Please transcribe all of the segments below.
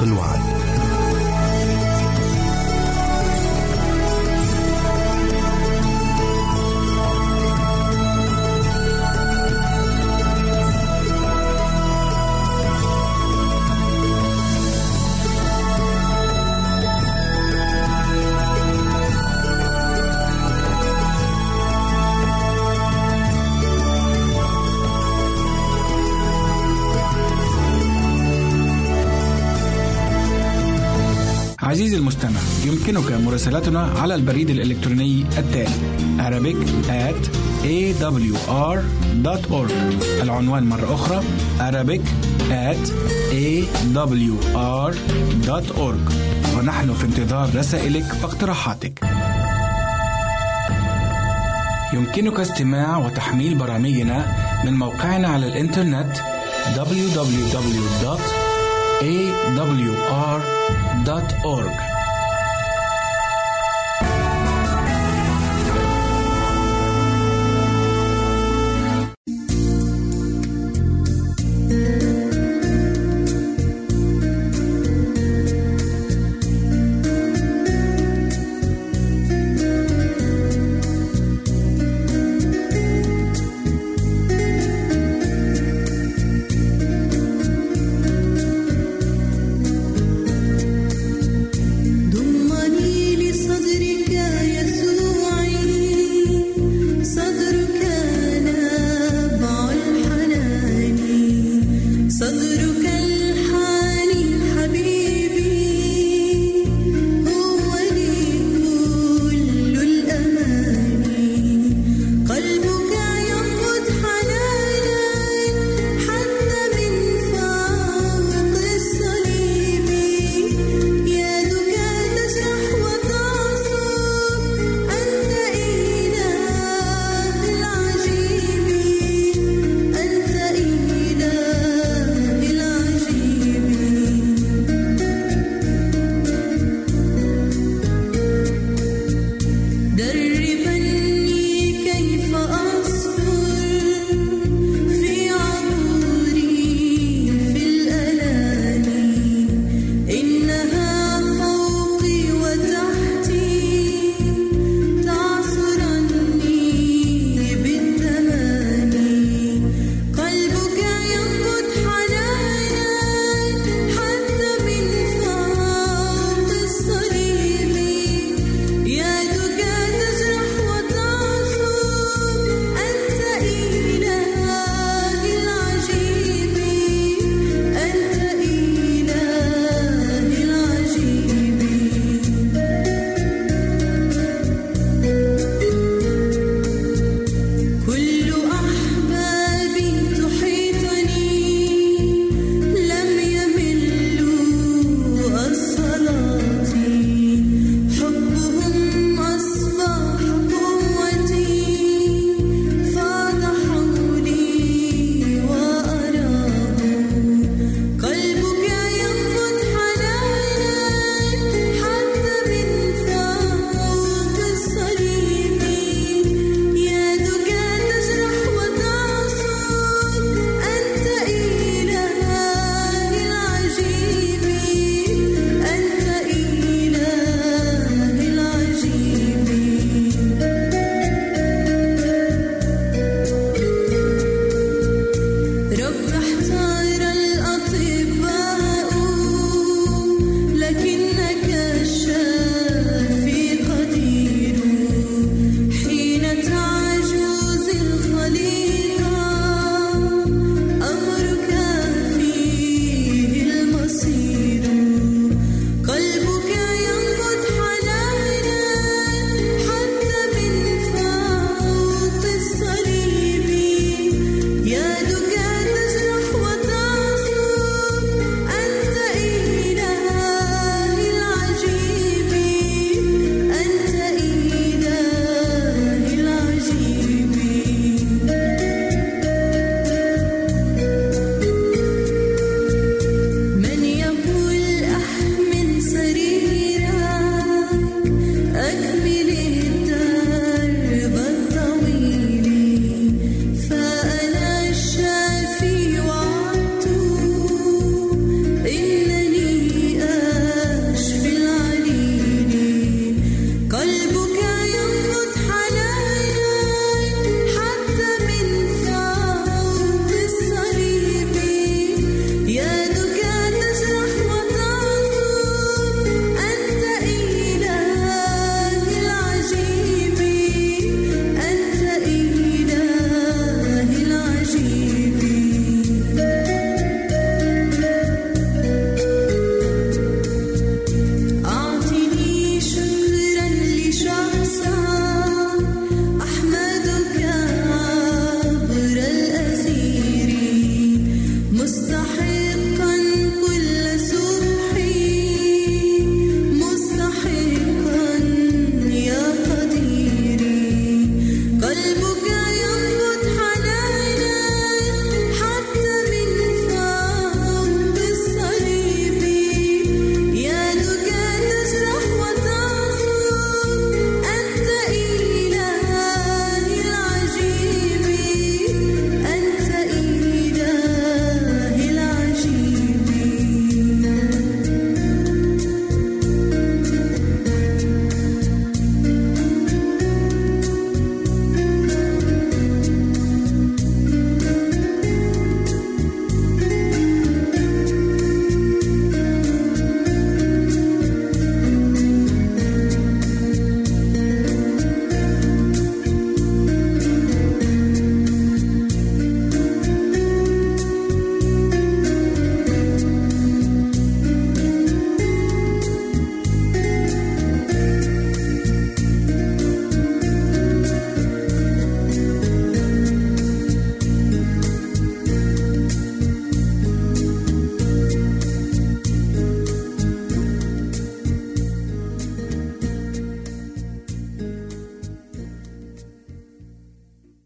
الوعد. عزيزي المستمع، يمكنك مراسلتنا على البريد الإلكتروني التالي arabic@awr.org. العنوان مرة أخرى arabic@awr.org، ونحن في انتظار رسائلك واقتراحاتك. يمكنك استماع وتحميل برامجنا من موقعنا على الإنترنت www.awr.org.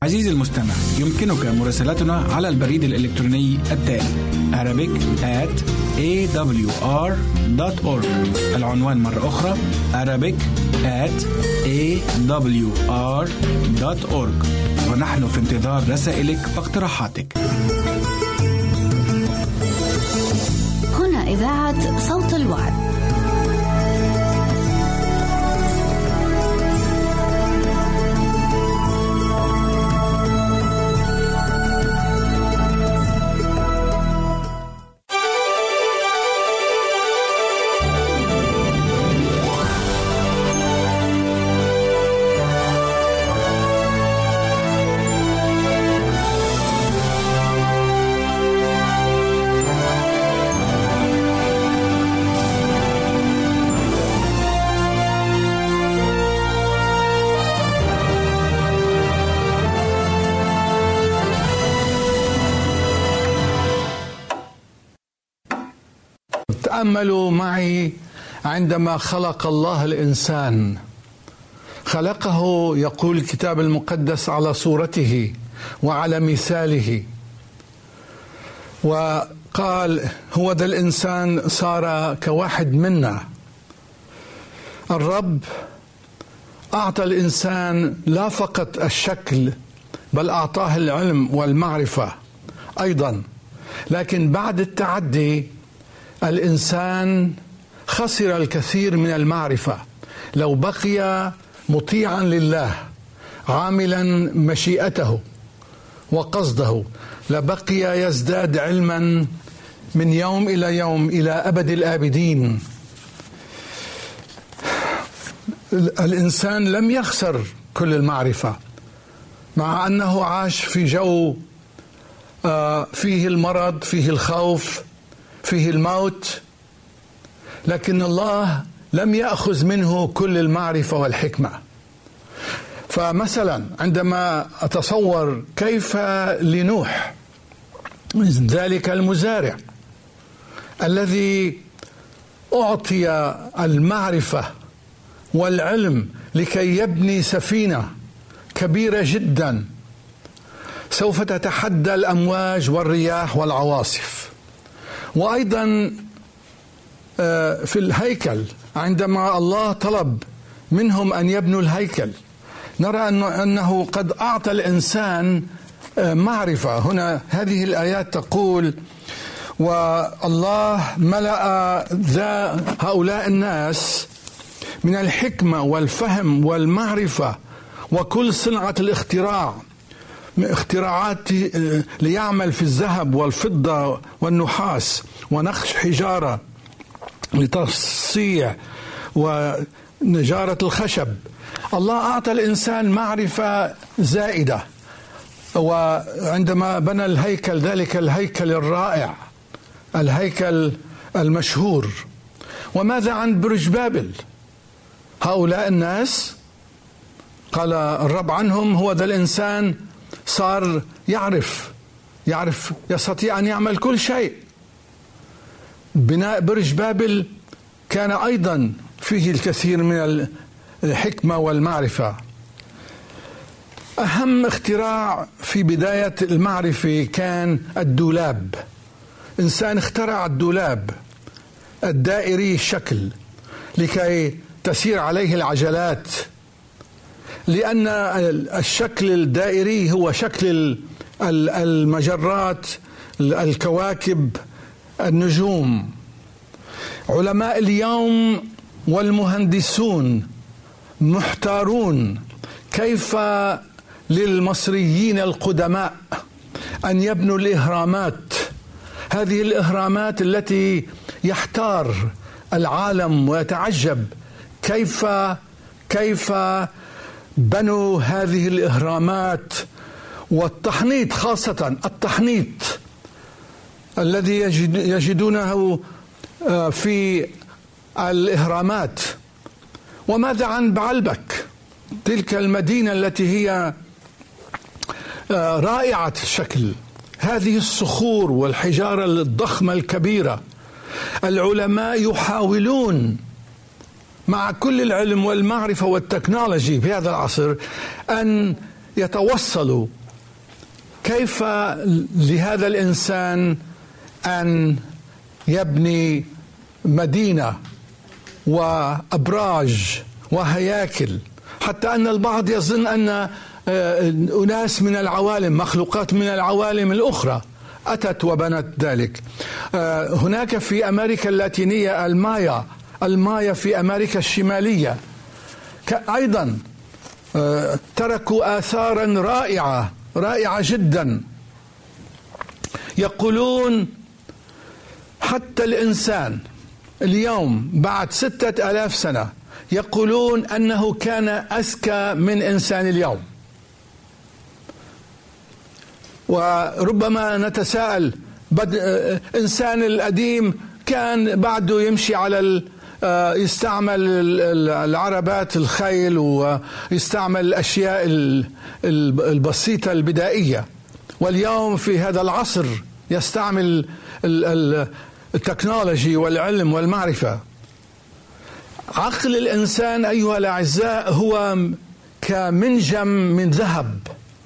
عزيزي المستمع، يمكنك مراسلتنا على البريد الإلكتروني التالي arabic@awr.org. العنوان مرة أخرى arabic@awr.org، ونحن في انتظار رسائلك واقتراحاتك. هنا إذاعة صوت الوعد. تأملوا معي عندما خلق الله الإنسان، خلقه يقول الكتاب المقدس على صورته وعلى مثاله، وقال هو ذا الإنسان صار كواحد منا. الرب أعطى الإنسان لا فقط الشكل بل أعطاه العلم والمعرفة أيضا، لكن بعد التعدي الإنسان خسر الكثير من المعرفة. لو بقي مطيعا لله عاملا مشيئته وقصده لبقي يزداد علما من يوم إلى يوم إلى أبد الآبدين. الإنسان لم يخسر كل المعرفة، مع أنه عاش في جو فيه المرض، فيه الخوف، فيه الموت، لكن الله لم يأخذ منه كل المعرفة والحكمة. فمثلا عندما أتصور كيف لنوح ذلك المزارع الذي أعطي المعرفة والعلم لكي يبني سفينة كبيرة جدا سوف تتحدى الأمواج والرياح والعواصف. وأيضا في الهيكل عندما الله طلب منهم أن يبنوا الهيكل نرى أنه قد أعطى الإنسان معرفة. هنا هذه الآيات تقول والله ملأ هؤلاء الناس من الحكمة والفهم والمعرفة وكل صنعة الاختراع، اختراعات ليعمل في الذهب والفضة والنحاس ونقش حجارة لتصنيع ونجارة الخشب. الله أعطى الإنسان معرفة زائدة. وعندما بنى الهيكل، ذلك الهيكل الرائع، الهيكل المشهور. وماذا عن برج بابل؟ هؤلاء الناس قال الرب عنهم هو ذا الإنسان صار يعرف يستطيع أن يعمل كل شيء. بناء برج بابل كان أيضا فيه الكثير من الحكمة والمعرفة. أهم اختراع في بداية المعرفة كان الدولاب. إنسان اخترع الدولاب الدائري الشكل لكي تسير عليه العجلات، لأن الشكل الدائري هو شكل المجرات، الكواكب، النجوم. علماء اليوم والمهندسون محتارون كيف للمصريين القدماء أن يبنوا الإهرامات، هذه الإهرامات التي يحتار العالم ويتعجب كيف بنوا هذه الإهرامات. والتحنيط، خاصة التحنيط الذي يجدونه في الإهرامات. وماذا عن بعلبك، تلك المدينة التي هي رائعة الشكل، هذه الصخور والحجارة الضخمة الكبيرة. العلماء يحاولون مع كل العلم والمعرفة والتكنولوجي في هذا العصر أن يتوصلوا كيف لهذا الإنسان أن يبني مدينة وأبراج وهياكل، حتى أن البعض يظن أن أناس من العوالم، مخلوقات من العوالم الأخرى أتت وبنت ذلك. هناك في أمريكا اللاتينية المايا في أمريكا الشمالية أيضا تركوا آثارا رائعة جدا. يقولون حتى الإنسان اليوم بعد 6000 سنة يقولون أنه كان أذكى من إنسان اليوم. وربما نتساءل، إنسان القديم كان بعده يمشي على يستعمل العربات الخيل ويستعمل الأشياء البسيطة البدائية، واليوم في هذا العصر يستعمل التكنولوجي والعلم والمعرفة. عقل الإنسان أيها الأعزاء هو كمنجم من ذهب،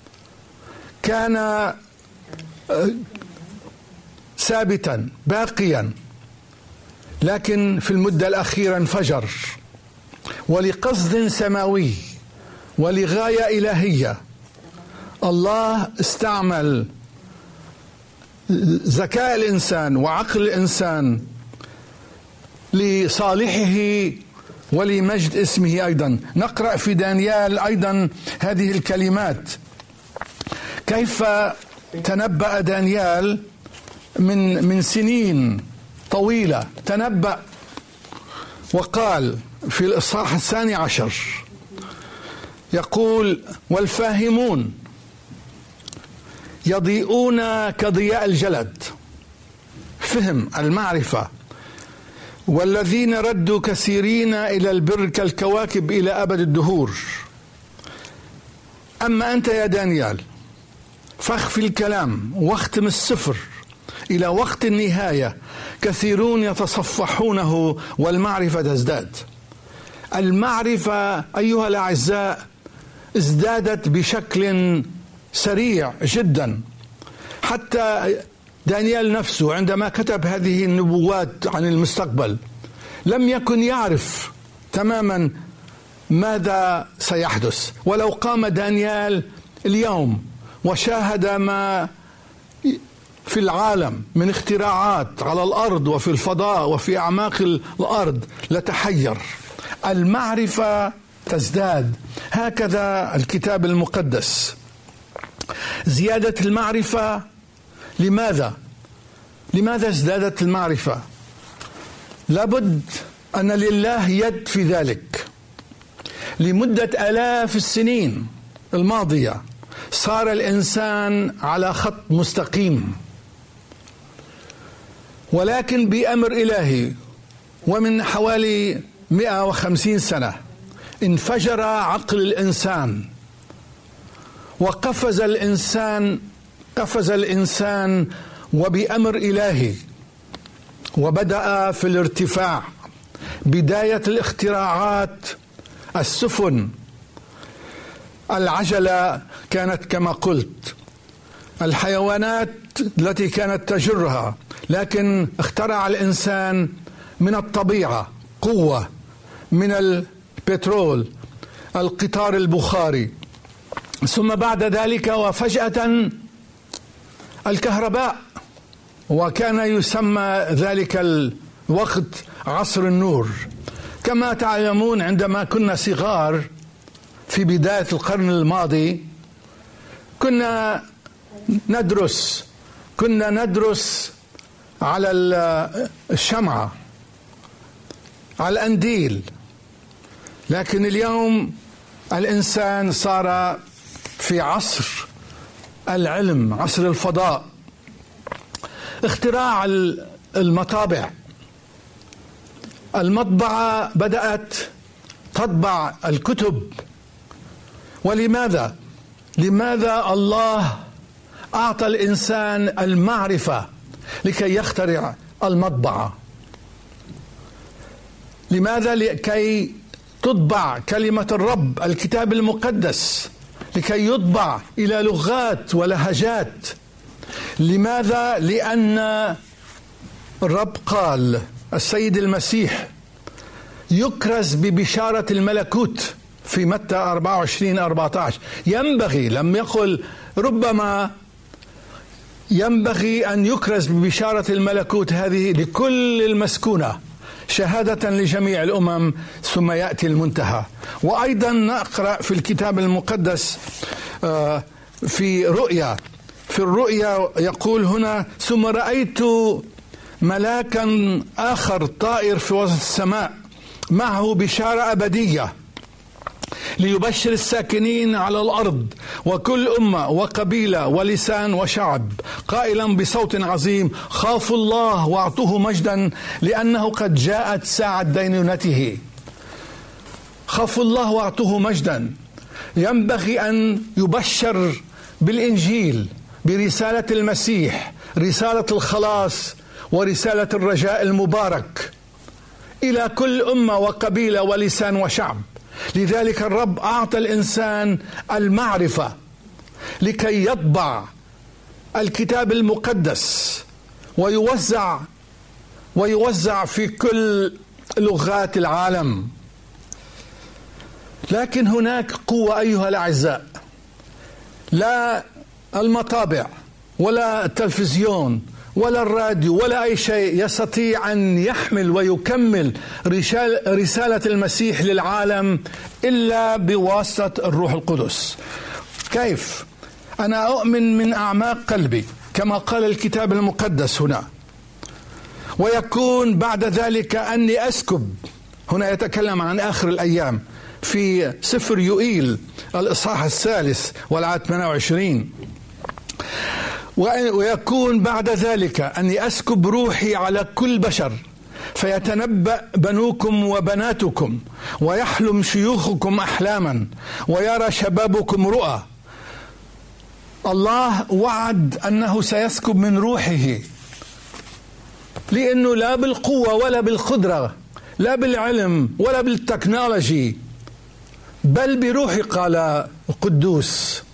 كان ثابتا باقيا، لكن في المدة الأخيرة انفجر، ولقصد سماوي ولغاية إلهية الله استعمل ذكاء الإنسان وعقل الإنسان لصالحه ولمجد اسمه. أيضا نقرأ في دانيال أيضا هذه الكلمات، كيف تنبأ دانيال من سنين طويلة، تنبأ وقال في الإصحاح 12 يقول: والفاهمون يضيئون كضياء الجلد، فهم المعرفة، والذين ردوا كثيرين إلى البر كالكواكب إلى أبد الدهور. أما أنت يا دانيال فاخفي الكلام واختم السفر إلى وقت النهاية، كثيرون يتصفحونه والمعرفة تزداد. المعرفة أيها الأعزاء ازدادت بشكل سريع جدا، حتى دانيال نفسه عندما كتب هذه النبوات عن المستقبل لم يكن يعرف تماما ماذا سيحدث. ولو قام دانيال اليوم وشاهد ما في العالم من اختراعات على الأرض وفي الفضاء وفي أعماق الأرض لتحير. المعرفة تزداد، هكذا الكتاب المقدس. زيادة المعرفة، لماذا ازدادت المعرفة؟ لابد أن لله يد في ذلك. لمدة آلاف السنين الماضية صار الإنسان على خط مستقيم، ولكن بأمر إلهي ومن حوالي 150 سنة انفجر عقل الإنسان، وقفز الإنسان وبأمر إلهي، وبدأ في الارتفاع. بداية الاختراعات، السفن، العجلة كانت كما قلت، الحيوانات التي كانت تجرها، لكن اخترع الإنسان من الطبيعة قوة، من البترول، القطار البخاري، ثم بعد ذلك وفجأة الكهرباء، وكان يسمى ذلك الوقت عصر النور. كما تعلمون عندما كنا صغار في بداية القرن الماضي كنا ندرس على الشمعة، على الأنديل، لكن اليوم الإنسان صار في عصر العلم، عصر الفضاء. اختراع المطابع، المطبعة بدأت تطبع الكتب. ولماذا الله أعطى الإنسان المعرفة لكي يخترع المطبعة؟ لماذا؟ لكي تطبع كلمة الرب، الكتاب المقدس، لكي يطبع إلى لغات ولهجات. لماذا؟ لأن الرب قال، السيد المسيح يكرز ببشارة الملكوت في متى 24-14. ينبغي، لم يقل ربما، ينبغي أن يكرز ببشارة الملكوت هذه لكل المسكونة شهادة لجميع الأمم ثم يأتي المنتهى. وأيضا نقرأ في الكتاب المقدس في الرؤيا يقول هنا: ثم رأيت ملاكا آخر طائر في وسط السماء معه بشارة أبدية ليبشر الساكنين على الأرض وكل أمة وقبيلة ولسان وشعب، قائلا بصوت عظيم: خافوا الله واعطوه مجدا لأنه قد جاءت ساعة دينونته. خافوا الله واعطوه مجدا. ينبغي أن يبشر بالإنجيل، برسالة المسيح، رسالة الخلاص ورسالة الرجاء المبارك إلى كل أمة وقبيلة ولسان وشعب. لذلك الرب أعطى الإنسان المعرفة لكي يطبع الكتاب المقدس ويوزع في كل لغات العالم. لكن هناك قوة أيها الأعزاء، لا المطابع ولا التلفزيون ولا الراديو ولا أي شيء يستطيع أن يحمل ويكمل رسالة المسيح للعالم إلا بواسطة الروح القدس. كيف؟ أنا أؤمن من أعماق قلبي كما قال الكتاب المقدس هنا: ويكون بعد ذلك أني أسكب. هنا يتكلم عن آخر الأيام في سفر يوئيل الإصحاح 3 والعدد 28: ويكون بعد ذلك أني أسكب روحي على كل بشر، فيتنبأ بنوكم وبناتكم، ويحلم شيوخكم أحلاما، ويرى شبابكم رؤى. الله وعد أنه سيسكب من روحه، لأنه لا بالقوة ولا بالقدرة، لا بالعلم ولا بالتكنولوجي، بل بروحي، قال القدوس.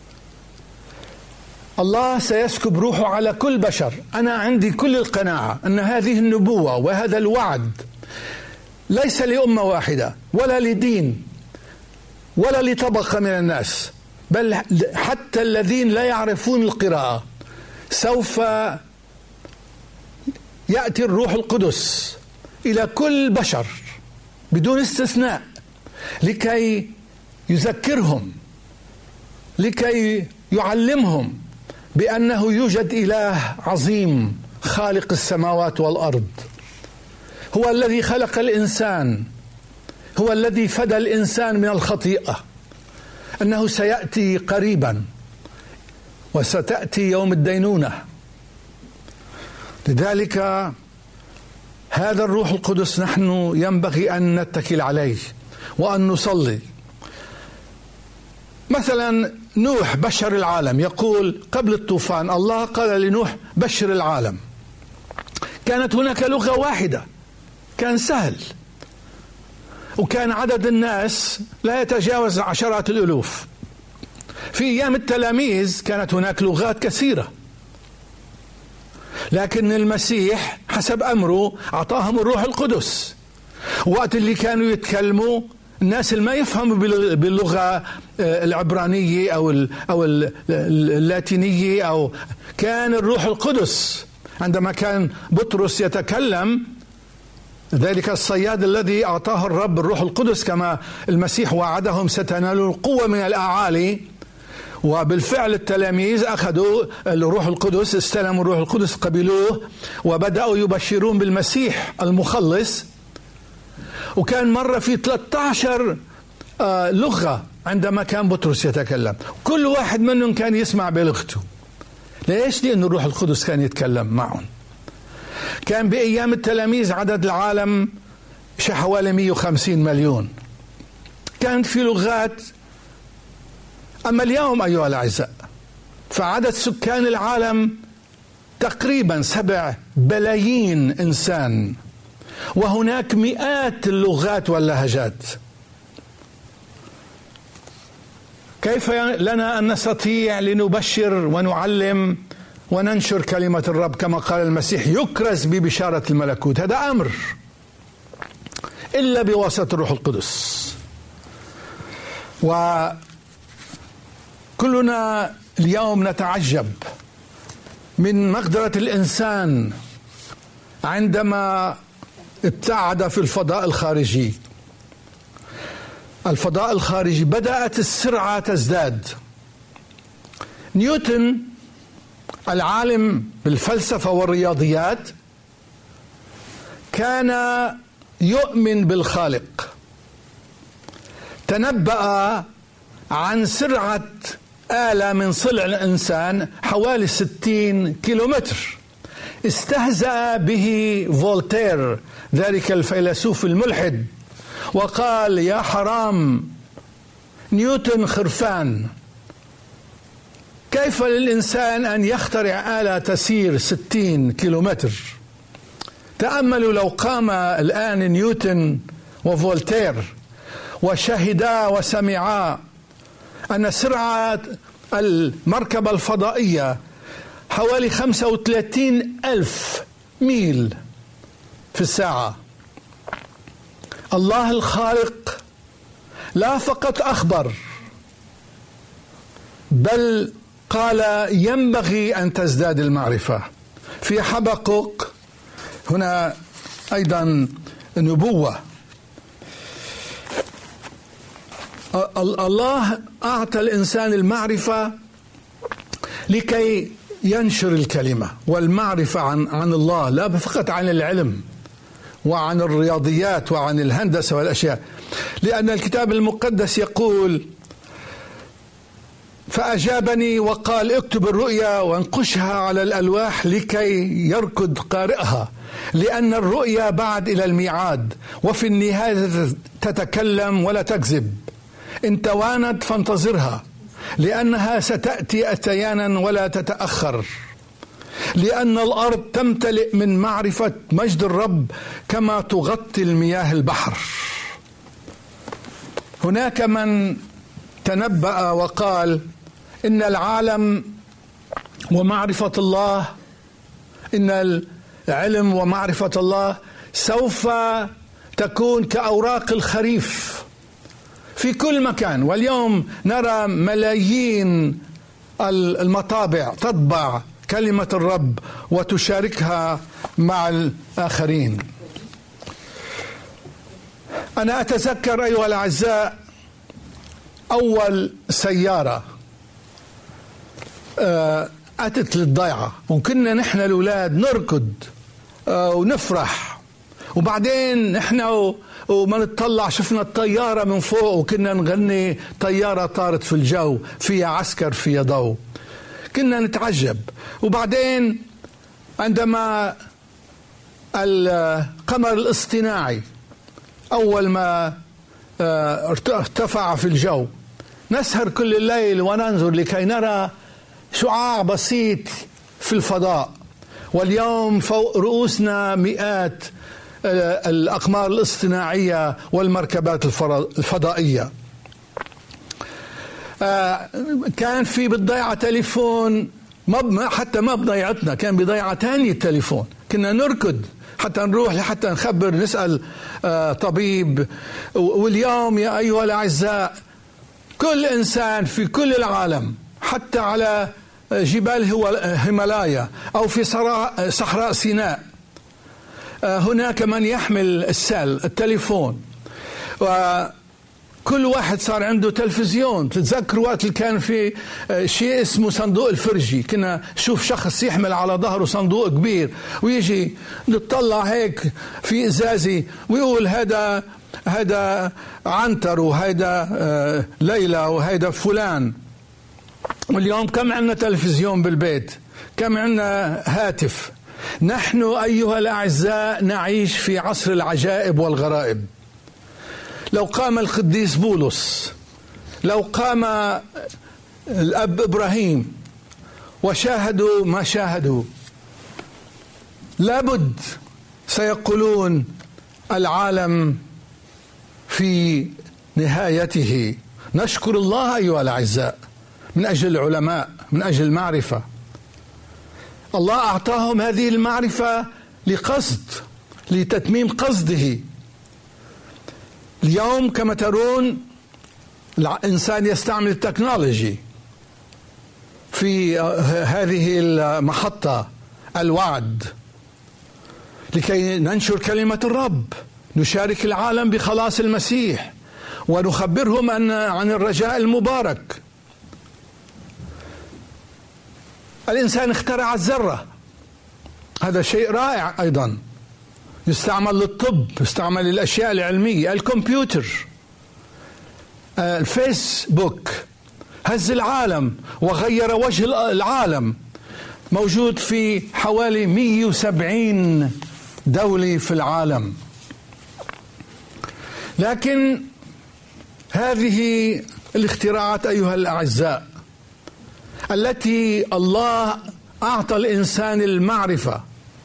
الله سيسكب روحه على كل بشر. أنا عندي كل القناعة أن هذه النبوة وهذا الوعد ليس لأمة واحدة ولا لدين ولا لطبقة من الناس، بل حتى الذين لا يعرفون القراءة سوف يأتي الروح القدس إلى كل بشر بدون استثناء لكي يذكرهم، لكي يعلمهم بأنه يوجد إله عظيم خالق السماوات والأرض، هو الذي خلق الإنسان، هو الذي فدى الإنسان من الخطيئة، أنه سيأتي قريبا وستأتي يوم الدينونة. لذلك هذا الروح القدس نحن ينبغي أن نتكل عليه وأن نصلي. مثلا نوح بشر العالم، يقول قبل الطوفان الله قال لنوح: بشر العالم. كانت هناك لغة واحدة، كان سهل، وكان عدد الناس لا يتجاوز عشرات الألوف. في أيام التلاميذ كانت هناك لغات كثيرة، لكن المسيح حسب أمره أعطاهم الروح القدس. وقت اللي كانوا يتكلموا الناس اللي ما يفهموا باللغة العبرانية أو اللاتينية، أو كان الروح القدس عندما كان بطرس يتكلم، ذلك الصياد الذي أعطاه الرب الروح القدس كما المسيح وعدهم: ستنالوا القوة من الأعالي. وبالفعل التلاميذ أخذوا الروح القدس، استلموا الروح القدس، قبلوه وبدأوا يبشرون بالمسيح المخلص. وكان مرة في 13 لغة عندما كان بطرس يتكلم، كل واحد منهم كان يسمع بلغته. ليش؟ لأن الروح القدس كان يتكلم معهم. كان بأيام التلاميذ عدد العالم حوالي 150 مليون، كانت في لغات. أما اليوم أيها الأعزاء فعدد سكان العالم تقريبا 7 بلايين إنسان، وهناك مئات اللغات واللهجات. كيف لنا أن نستطيع لنبشر ونعلم وننشر كلمة الرب كما قال المسيح يكرز ببشارة الملكوت؟ هذا أمر إلا بواسطة الروح القدس. وكلنا اليوم نتعجب من مقدرة الإنسان عندما ابتعد في الفضاء الخارجي. الفضاء الخارجي بدأت السرعة تزداد. نيوتن العالم بالفلسفة والرياضيات كان يؤمن بالخالق، تنبأ عن سرعة آلة من صنع الإنسان حوالي 60 كيلومتر. استهزأ به فولتير ذلك الفيلسوف الملحد وقال يا حرام نيوتن خرفان، كيف للإنسان أن يخترع آلة تسير 60 كيلومتر؟ تأملوا لو قام الآن نيوتن وفولتير وشهدا وسمعا أن سرعة المركبة الفضائية حوالي 35,000 ميل في الساعة. الله الخالق لا فقط أخبر بل قال ينبغي أن تزداد المعرفة. في حبقوق هنا أيضا نبوة. الله أعطى الإنسان المعرفة لكي ينشر الكلمة والمعرفة عن الله، لا فقط عن العلم وعن الرياضيات وعن الهندسة والأشياء، لأن الكتاب المقدس يقول فأجابني وقال اكتب الرؤيا وانقشها على الألواح لكي يركض قارئها، لأن الرؤيا بعد إلى الميعاد وفي النهاية تتكلم ولا تكذب. إن توانت فانتظرها لأنها ستأتي أتيانا ولا تتأخر، لأن الأرض تمتلئ من معرفة مجد الرب كما تغطي المياه البحر. هناك من تنبأ وقال إن العالم ومعرفة الله، إن العلم ومعرفة الله سوف تكون كأوراق الخريف في كل مكان. واليوم نرى ملايين المطابع تطبع كلمة الرب وتشاركها مع الآخرين. أنا أتذكر أيها الأعزاء أول سيارة أتت للضيعة، وكنا نحن الأولاد نركض ونفرح، وبعدين نحن وما نطلع شفنا الطيارة من فوق وكنا نغني طيارة طارت في الجو فيها عسكر فيها ضوء، كنا نتعجب. وبعدين عندما القمر الاصطناعي أول ما ارتفع في الجو نسهر كل الليل وننظر لكي نرى شعاع بسيط في الفضاء، واليوم فوق رؤوسنا مئات الأقمار الاصطناعية والمركبات الفضائية. كان في بالضيعة تليفون، حتى ما بضيعتنا، كان بضيعة تاني التليفون، كنا نركض حتى نروح حتى نخبر نسأل طبيب. واليوم يا أيها الأعزاء كل إنسان في كل العالم حتى على جبال هيمالايا أو في صحراء سيناء هناك من يحمل التليفون، وكل واحد صار عنده تلفزيون. تتذكر وقت اللي كان في شيء اسمه صندوق الفرجي، كنا نشوف شخص يحمل على ظهره صندوق كبير ويجي نطلع هيك في إزازي ويقول هذا عنتر وهذا ليلى وهذا فلان. واليوم كم عندنا تلفزيون بالبيت، كم عندنا هاتف. نحن أيها الأعزاء نعيش في عصر العجائب والغرائب. لو قام القديس بولس، لو قام الأب إبراهيم وشاهدوا ما شاهدوا، لابد سيقولون العالم في نهايته نشكر الله أيها الأعزاء من أجل العلماء، من أجل المعرفة. الله أعطاهم هذه المعرفة لقصد، لتتميم قصده. اليوم كما ترون الإنسان يستعمل التكنولوجي في هذه المحطة الوعد لكي ننشر كلمة الرب، نشارك العالم بخلاص المسيح ونخبرهم عن الرجاء المبارك. الإنسان اخترع الذرة، هذا شيء رائع أيضا، يستعمل للطب، يستعمل للأشياء العلمية. الكمبيوتر، الفيسبوك هز العالم وغير وجه العالم، موجود في حوالي 170 دولة في العالم. لكن هذه الاختراعات أيها الأعزاء التي الله أعطى الإنسان المعرفة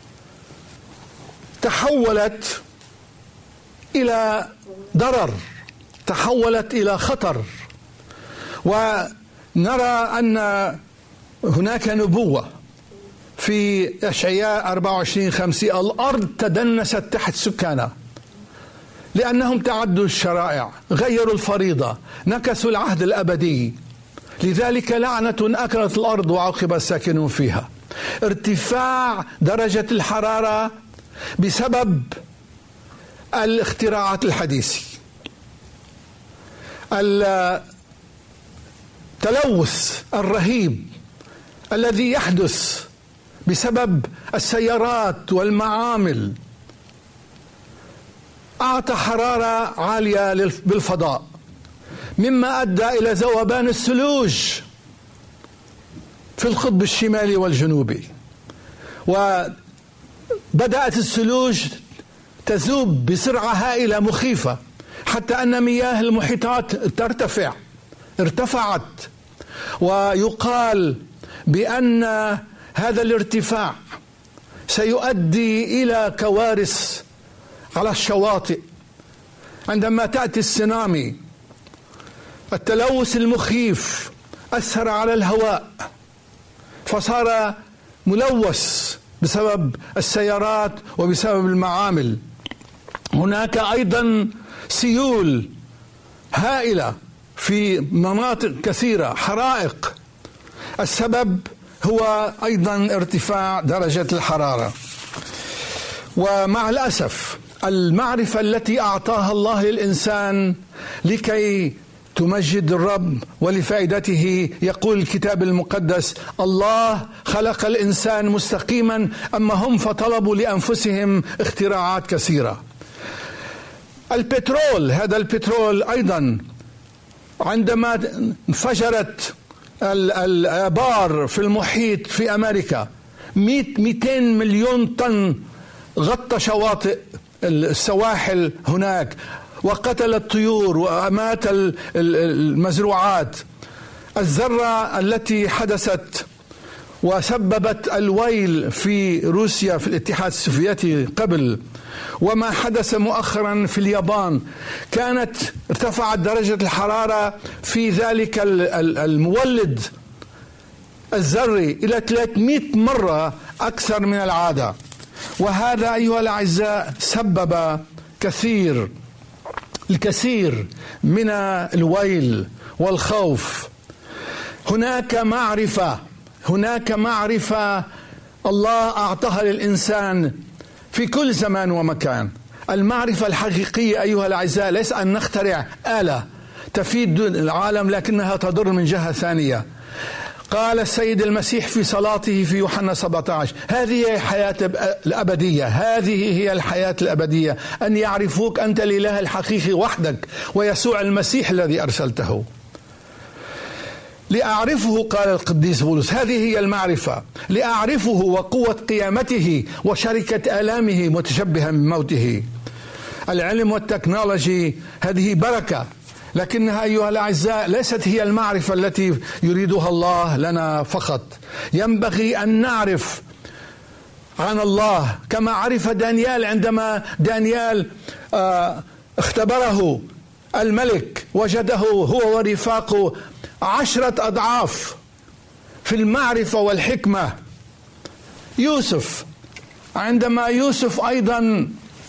تحولت إلى ضرر، تحولت إلى خطر. ونرى أن هناك نبوة في أشعياء 24:5: الأرض تدنست تحت سكانها لأنهم تعدوا الشرائع، غيروا الفريضة، نكثوا العهد الأبدي، لذلك لعنة أكلت الأرض وعوقب الساكنون فيها. ارتفاع درجة الحرارة بسبب الاختراعات الحديثة، التلوث الرهيب الذي يحدث بسبب السيارات والمعامل أعطى حرارة عالية بالفضاء، مما أدى إلى ذوبان الثلوج في القطب الشمالي والجنوبي، وبدأت الثلوج تذوب بسرعة هائلة مخيفة، حتى أن مياه المحيطات ارتفعت. ويقال بأن هذا الارتفاع سيؤدي إلى كوارث على الشواطئ عندما تأتي السونامي. التلوث المخيف أثر على الهواء فصار ملوث بسبب السيارات وبسبب المعامل. هناك أيضا سيول هائلة في مناطق كثيرة، حرائق، السبب هو أيضا ارتفاع درجة الحرارة. ومع الأسف المعرفة التي أعطاها الله للإنسان لكي تمجد الرب ولفائدته، يقول الكتاب المقدس: الله خلق الإنسان مستقيما، أما هم فطلبوا لأنفسهم اختراعات كثيرة. البترول، هذا البترول أيضا عندما انفجرت الآبار في المحيط في أمريكا 200 مليون طن غطى شواطئ السواحل هناك، وقتل الطيور وأمات المزروعات. الذرة التي حدثت وسببت الويل في روسيا، في الاتحاد السوفيتي قبل، وما حدث مؤخرا في اليابان، كانت ارتفعت درجة الحرارة في ذلك المولد الذري إلى 300 مرة أكثر من العادة. وهذا أيها الأعزاء سبب الكثير من الويل والخوف. هناك معرفة الله أعطاها للإنسان في كل زمان ومكان. المعرفة الحقيقية أيها الأعزاء ليس أن نخترع آلة تفيد العالم لكنها تضر من جهة ثانية. قال السيد المسيح في صلاته في يوحنا 17: هذه هي الحياة الأبدية، هذه هي الحياة الأبدية، أن يعرفوك أنت الإله الحقيقي وحدك ويسوع المسيح الذي أرسلته. لأعرفه، قال القديس بولس، هذه هي المعرفة، لأعرفه وقوة قيامته وشركة آلامه متشبها بموته. العلم والتكنولوجي هذه بركة، لكنها أيها الأعزاء ليست هي المعرفة التي يريدها الله لنا فقط. ينبغي أن نعرف عن الله كما عرف دانيال، عندما دانيال اختبره الملك وجده هو ورفاقه 10 أضعاف في المعرفة والحكمة. يوسف، عندما يوسف أيضا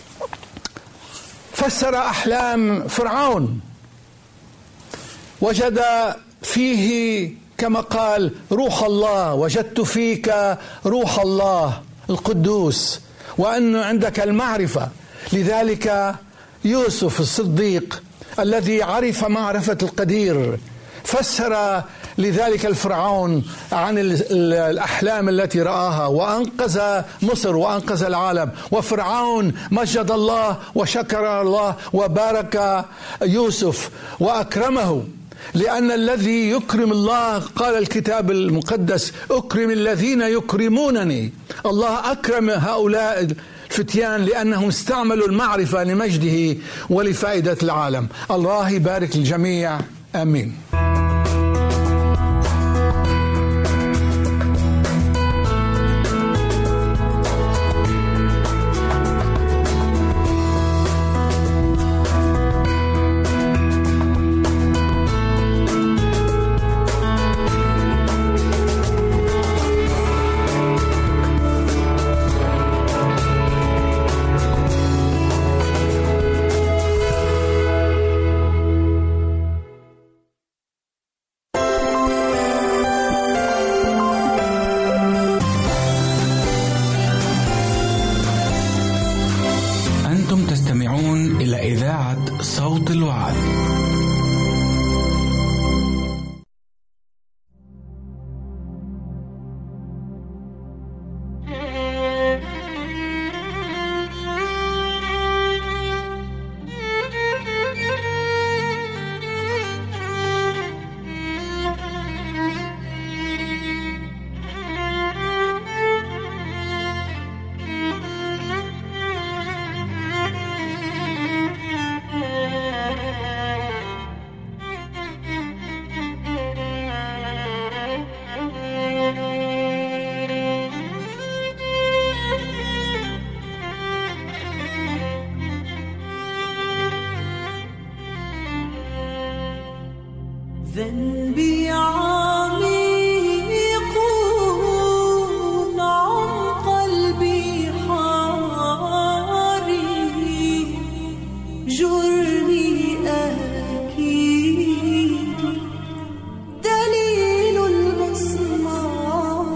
فسر أحلام فرعون، وجد فيه كما قال روح الله، وجدت فيك روح الله القدوس، وأن عندك المعرفة. لذلك يوسف الصديق الذي عرف معرفة القدير فسر لذلك الفرعون عن الأحلام التي رآها، وأنقذ مصر وأنقذ العالم. وفرعون مجد الله وشكر الله وبارك يوسف وأكرمه، لأن الذي يكرم الله، قال الكتاب المقدس: أكرم الذين يكرمونني. الله أكرم هؤلاء الفتيان لأنهم استعملوا المعرفة لمجده ولفائدة العالم. الله يبارك الجميع، آمين. تستمعون إلى إذاعة صوت الوعد. ذنبي عميق عمق البحار، جرمي أكيد دليل المسمار.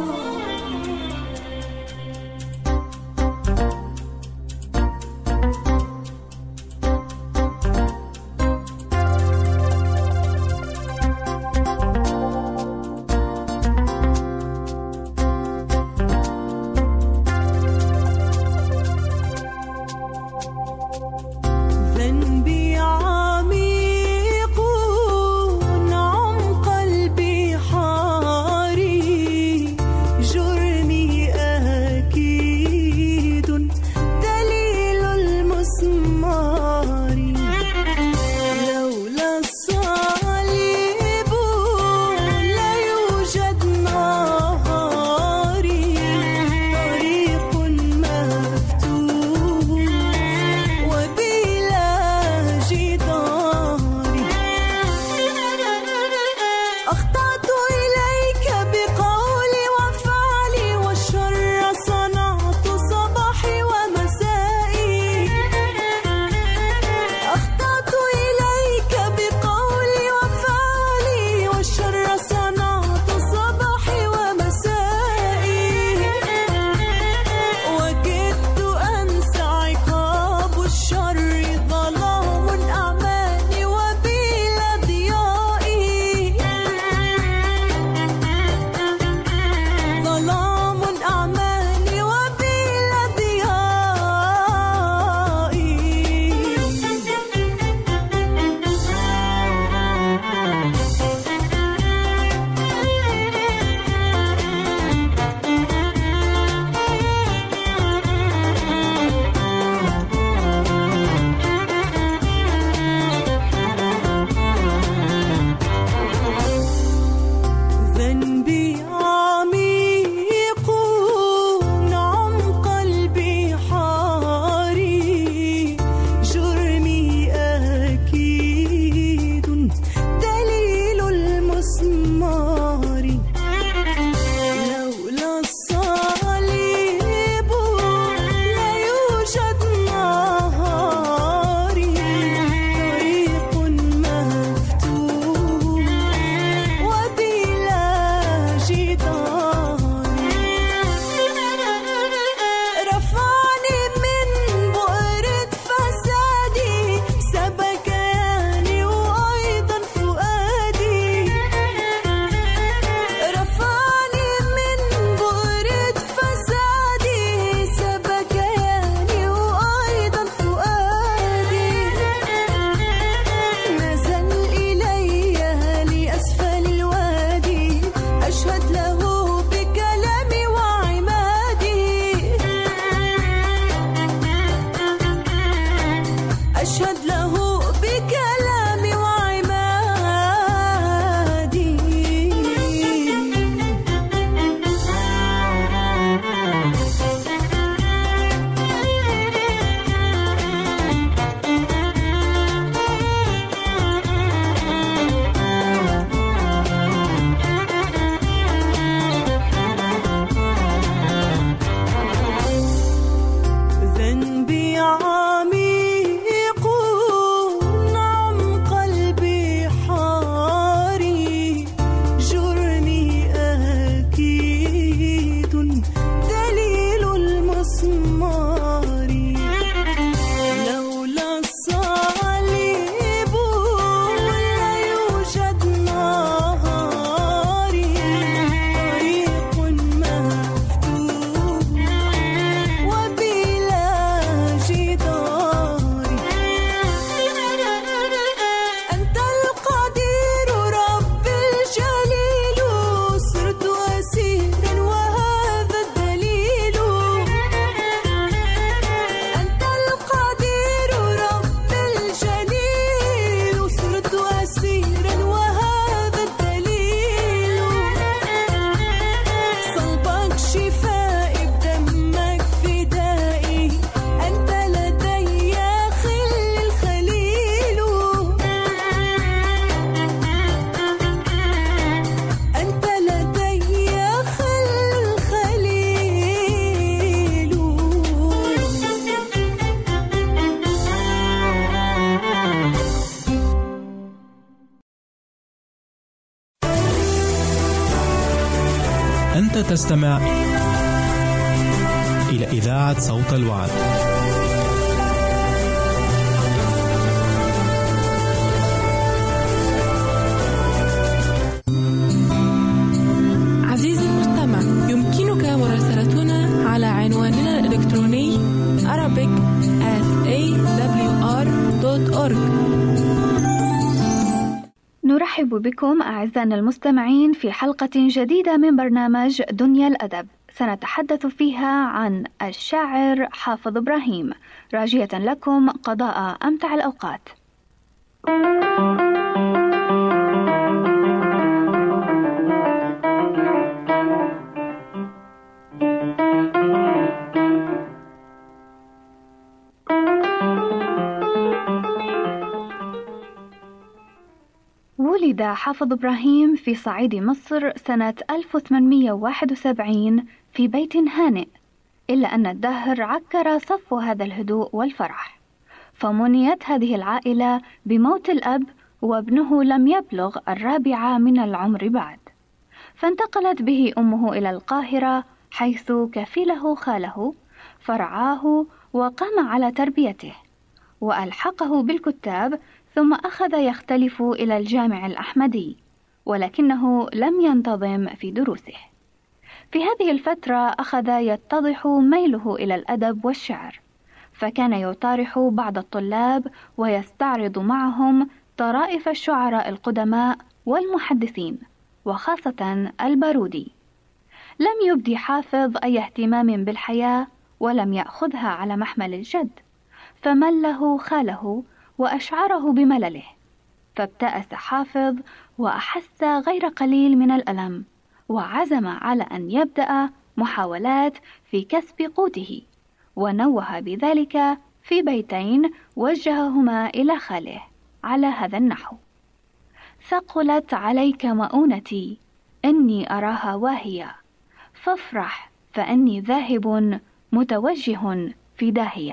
أشهد له بكلامي وعمادي. ذنبي عميق نعم قلبي حاري، جرمي أكيد دليل المسمار. لولا الصليب لا يوجد نهاري، طريق مفتوح وبلا جدار. أنت القدير رب الجليل، صرت أسيرا وهذا الدليل. أنت القدير رب الجليل، صرت أسيرا وهذا الدليل. صلبك شفائي بدمك فدائي، أنت لدي خل الخليل. أنت لدي خل الخليل. أنت تستمع إلى إذاعة صوت الوعد. عزيزي المستمع، يمكنك مراسلتنا على عنواننا الإلكتروني arabic@awr.org. نرحب بكم أعزائنا المستمعين في حلقة جديدة من برنامج دنيا الأدب، سنتحدث فيها عن الشاعر حافظ إبراهيم، راجية لكم قضاء أمتع الأوقات. ولد حافظ إبراهيم في صعيد مصر سنة 1871 في بيت هانئ، إلا أن الدهر عكر صفو هذا الهدوء والفرح، فمنيت هذه العائلة بموت الأب وابنه لم يبلغ 4 من العمر بعد، فانتقلت به أمه إلى القاهرة حيث كفله خاله فرعاه وقام على تربيته وألحقه بالكتاب، ثم أخذ يختلف إلى الجامع الأحمدي، ولكنه لم ينتظم في دروسه. في هذه الفترة أخذ يتضح ميله إلى الأدب والشعر، فكان يطارح بعض الطلاب ويستعرض معهم طرائف الشعراء القدماء والمحدثين، وخاصة البارودي. لم يبدي حافظ أي اهتمام بالحياة ولم يأخذها على محمل الجد، فمله خاله وأشعره بملله، فابتأس حافظ وأحس غير قليل من الألم، وعزم على أن يبدأ محاولات في كسب قوته، ونوه بذلك في بيتين وجههما إلى خاله على هذا النحو: ثقلت عليك مؤونتي إني أراها واهية، فافرح فإني ذاهب متوجه في داهية.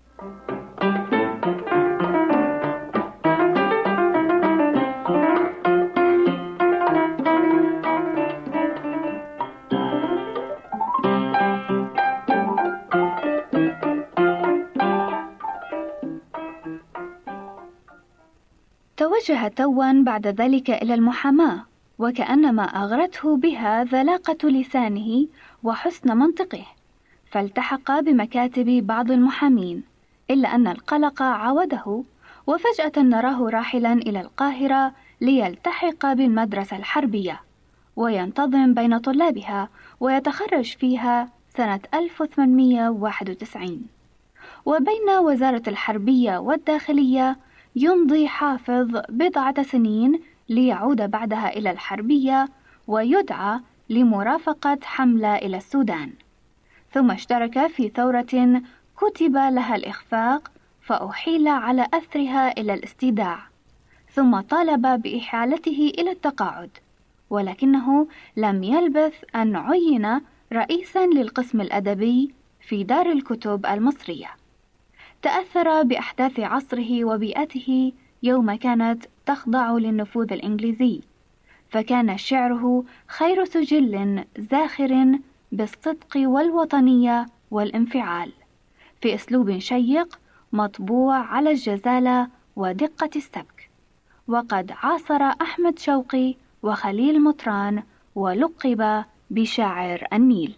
توجه توا بعد ذلك إلى المحاماة، وكأنما أغرته بها ذلاقة لسانه وحسن منطقه، فالتحق بمكاتب بعض المحامين، إلا أن القلق عوده، وفجأة نراه راحلا إلى القاهرة ليلتحق بالمدرسة الحربية وينتظم بين طلابها، ويتخرج فيها سنة 1891. وبين وزارة الحربية والداخلية يمضي حافظ 10 سنين ليعود بعدها إلى الحربية ويدعى لمرافقة حملة إلى السودان، ثم اشترك في ثورة كتب لها الإخفاق فأحيل على أثرها إلى الاستيداع، ثم طالب بإحالته إلى التقاعد، ولكنه لم يلبث أن عين رئيسا للقسم الأدبي في دار الكتب المصرية. تأثر بأحداث عصره وبيئته يوم كانت تخضع للنفوذ الإنجليزي، فكان شعره خير سجل زاخر بالصدق والوطنية والانفعال، في أسلوب شيق مطبوع على الجزالة ودقة السبك. وقد عاصر أحمد شوقي وخليل مطران ولقب بشاعر النيل.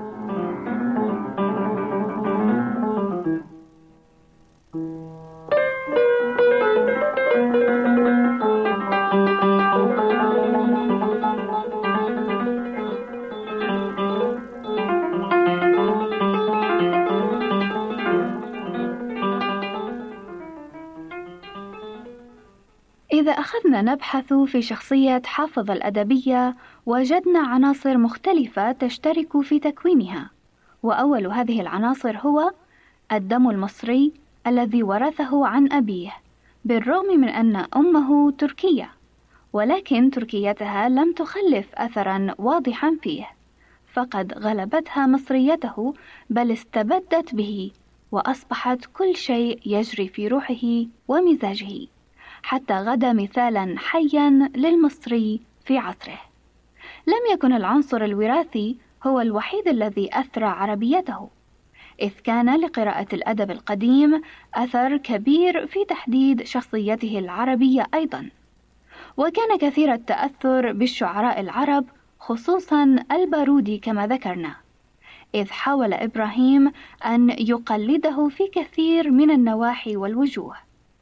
إذا أخذنا نبحث في شخصية حافظ الأدبية وجدنا عناصر مختلفة تشترك في تكوينها، وأول هذه العناصر هو الدم المصري الذي ورثه عن أبيه، بالرغم من أن أمه تركية، ولكن تركيتها لم تخلف أثرا واضحا فيه، فقد غلبتها مصريته بل استبدت به، وأصبحت كل شيء يجري في روحه ومزاجه، حتى غدا مثالا حيا للمصري في عصره. لم يكن العنصر الوراثي هو الوحيد الذي أثرى عربيته، إذ كان لقراءة الأدب القديم أثر كبير في تحديد شخصيته العربية أيضا، وكان كثير التأثر بالشعراء العرب خصوصا البارودي كما ذكرنا، إذ حاول إبراهيم أن يقلده في كثير من النواحي والوجوه،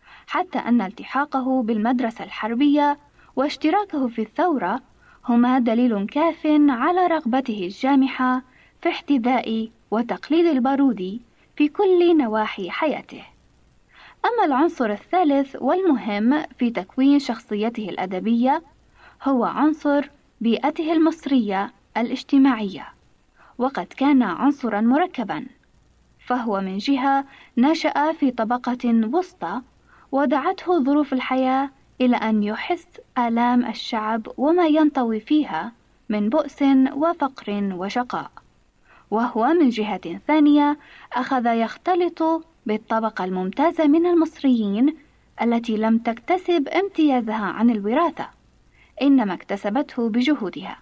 حتى أن التحاقه بالمدرسة الحربية واشتراكه في الثورة هما دليل كاف على رغبته الجامحة في احتذاء وتقليد البارودي في كل نواحي حياته. أما العنصر الثالث والمهم في تكوين شخصيته الأدبية هو عنصر بيئته المصرية الاجتماعية، وقد كان عنصرا مركبا، فهو من جهة نشأ في طبقة وسطى ودعته ظروف الحياة إلى أن يحس آلام الشعب وما ينطوي فيها من بؤس وفقر وشقاء، وهو من جهة ثانية أخذ يختلط بالطبقة الممتازة من المصريين التي لم تكتسب امتيازها عن الوراثة، إنما اكتسبته بجهودها.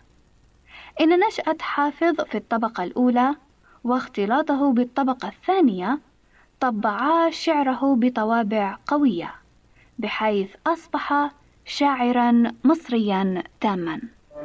إن نشأة حافظ في الطبقة الأولى واختلاطه بالطبقة الثانية طبعا شعره بطوابع قوية، بحيث أصبح شاعرا مصريا تاما.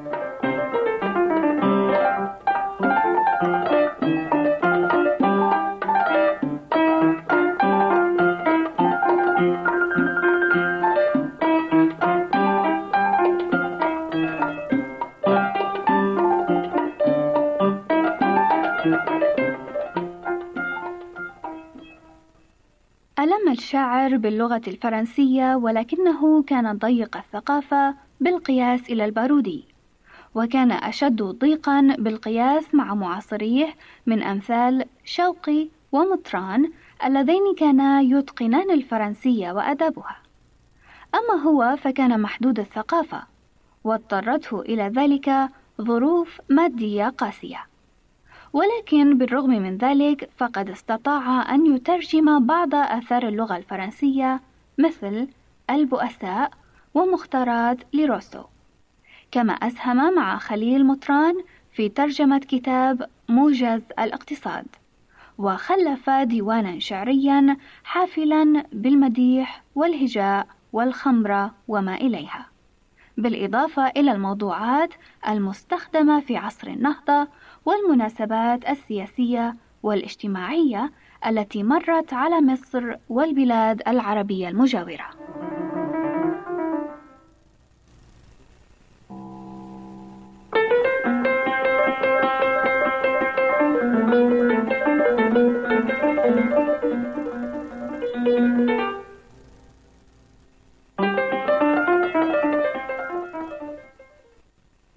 ألم الشاعر باللغة الفرنسية، ولكنه كان ضيق الثقافة بالقياس إلى البارودي، وكان أشد ضيقا بالقياس مع معاصريه من أمثال شوقي ومطران اللذين كانا يتقنان الفرنسية وأدابها. أما هو فكان محدود الثقافة، واضطرته إلى ذلك ظروف مادية قاسية، ولكن بالرغم من ذلك فقد استطاع أن يترجم بعض آثار اللغة الفرنسية مثل البؤساء ومختارات لروسو، كما أسهم مع خليل مطران في ترجمة كتاب موجز الاقتصاد، وخلف ديوانا شعريا حافلا بالمديح والهجاء والخمرة وما إليها، بالإضافة إلى الموضوعات المستخدمة في عصر النهضة والمناسبات السياسية والاجتماعية التي مرت على مصر والبلاد العربية المجاورة.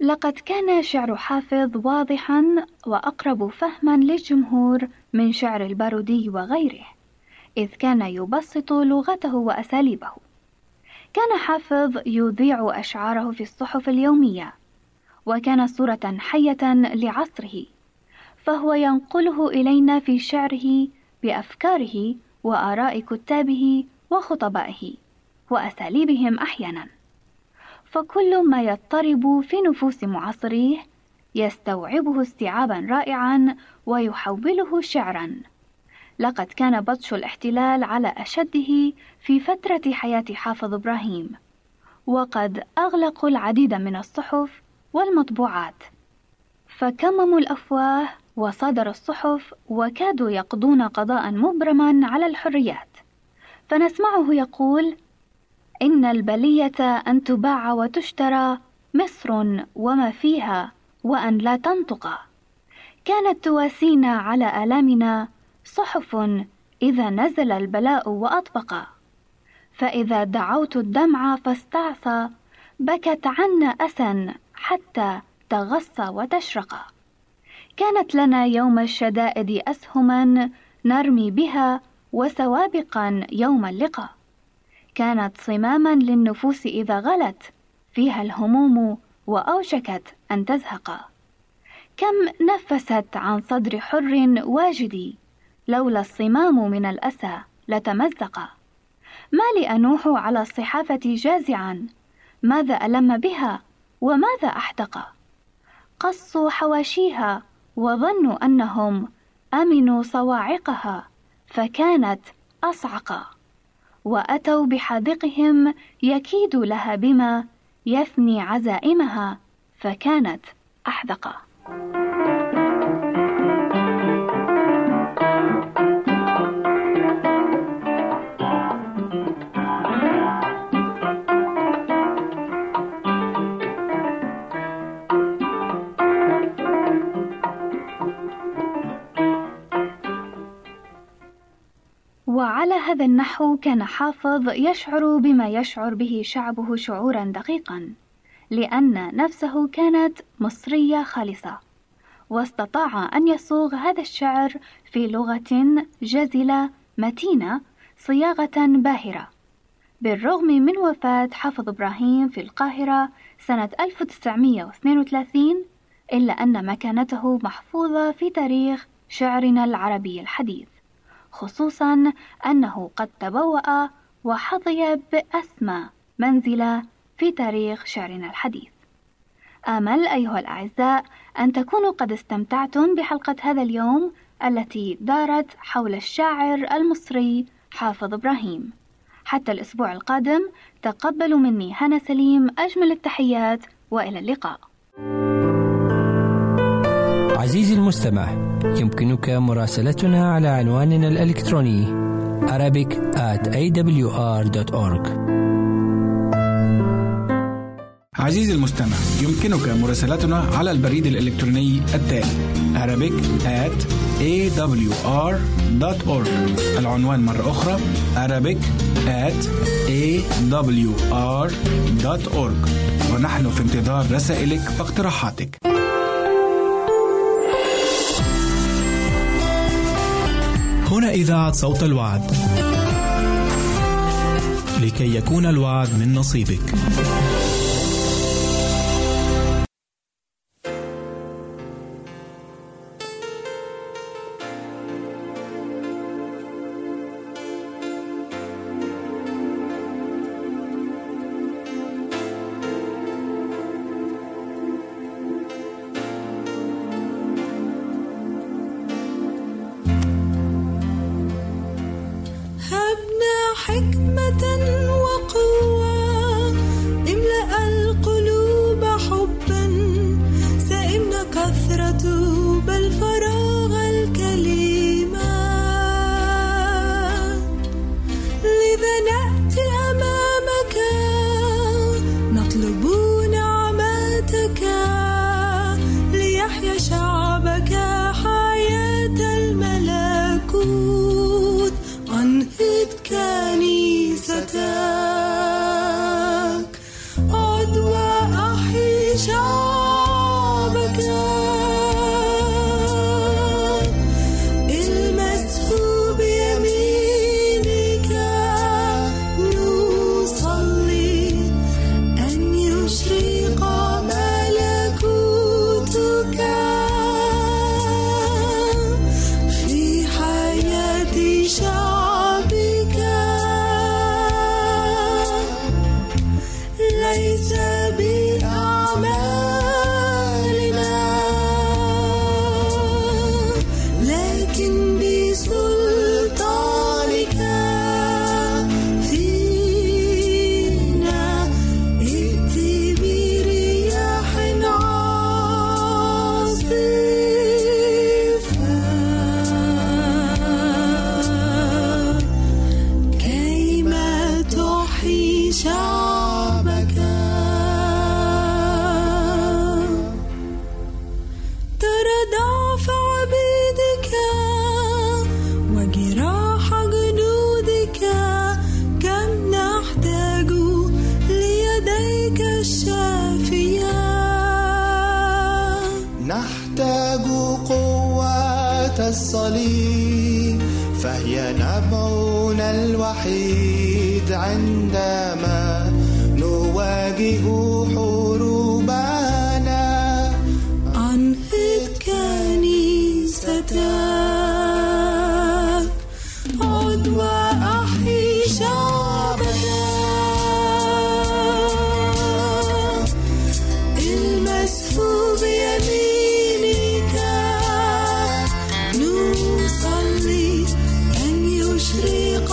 لقد كان شعر حافظ واضحا وأقرب فهما للجمهور من شعر البارودي وغيره، إذ كان يبسط لغته وأساليبه. كان حافظ يذيع أشعاره في الصحف اليومية، وكان صورة حية لعصره، فهو ينقله إلينا في شعره بأفكاره وآراء كتابه وخطبائه وأساليبهم أحيانا، فكل ما يضطرب في نفوس معاصريه يستوعبه استيعابا رائعا ويحوله شعرا. لقد كان بطش الاحتلال على أشده في فترة حياة حافظ إبراهيم، وقد أغلقوا العديد من الصحف والمطبوعات، فكمموا الأفواه وصادروا الصحف وكادوا يقضون قضاء مبرما على الحريات. فنسمعه يقول: إن البلية أن تباع وتشترى مصر وما فيها وأن لا تنطق. كانت تواسينا على آلامنا صحف إذا نزل البلاء وأطبق. فإذا دعوت الدمع فاستعصى بكت عنا أسا حتى تغصى وتشرق. كانت لنا يوم الشدائد أسهما نرمي بها وسوابقا يوم اللقاء. كانت صماما للنفوس إذا غلت فيها الهموم وأوشكت أن تزهق. كم نفست عن صدر حر واجدي لولا الصمام من الأسى لتمزق. ما لي أنوح على الصحافة جازعا، ماذا ألم بها وماذا أحدق. قصوا حواشيها وظنوا أنهم أمنوا صواعقها فكانت أصعق. وأتوا بحاذقهم يكيد لها بما يثني عزائمها فكانت أحدق. وعلى هذا النحو كان حافظ يشعر بما يشعر به شعبه شعورا دقيقا، لأن نفسه كانت مصرية خالصة، واستطاع أن يصوغ هذا الشعر في لغة جزلة متينة صياغة باهرة. بالرغم من وفاة حافظ إبراهيم في القاهرة سنة 1932، إلا أن مكانته محفوظة في تاريخ شعرنا العربي الحديث، خصوصا أنه قد تبوأ وحظي بأسمى منزلة في تاريخ شعرنا الحديث. آمل أيها الأعزاء أن تكونوا قد استمتعتم بحلقة هذا اليوم التي دارت حول الشاعر المصري حافظ إبراهيم. حتى الأسبوع القادم تقبلوا مني هنا سليم أجمل التحيات، وإلى اللقاء. عزيزي المستمع، يمكنك مراسلتنا على عنواننا الإلكتروني arabic@awr.org. عزيزي المستمع، يمكنك مراسلتنا على البريد الإلكتروني التالي arabic@awr.org. العنوان مرة أخرى arabic@awr.org. ونحن في انتظار رسائلك واقتراحاتك. هنا إذاعة صوت الوعد، لكي يكون الوعد من نصيبك. حكمة وقوة شعبك. ترى ضعف عبيدك وجراح جنودك، كم نحتاج ليديك الشافية. نحتاج قوة الصليب، فهي نبعنا الوحيد عندما نواجه حروبنا. أنهض كنيستك، عد وأحيي شعبك. المسفوب بيمينك نصلي أن يشرق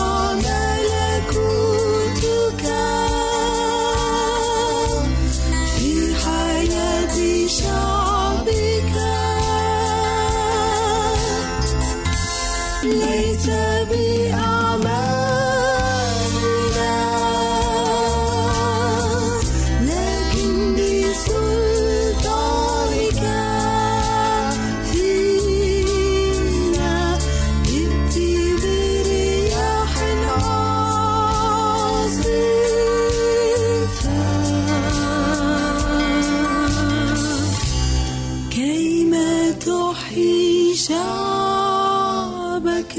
ملكوتك في حياة شعبك. ليس بأعمالنا لكن بسلطانك فينا. ائتي برياح عاصفة كيما تحيي شعبك.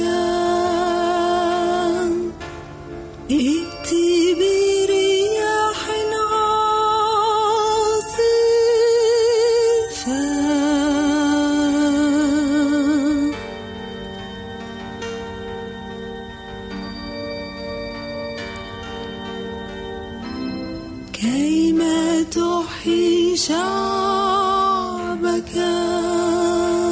ائتي برياح عاصفة. كيما تحيي شعبك.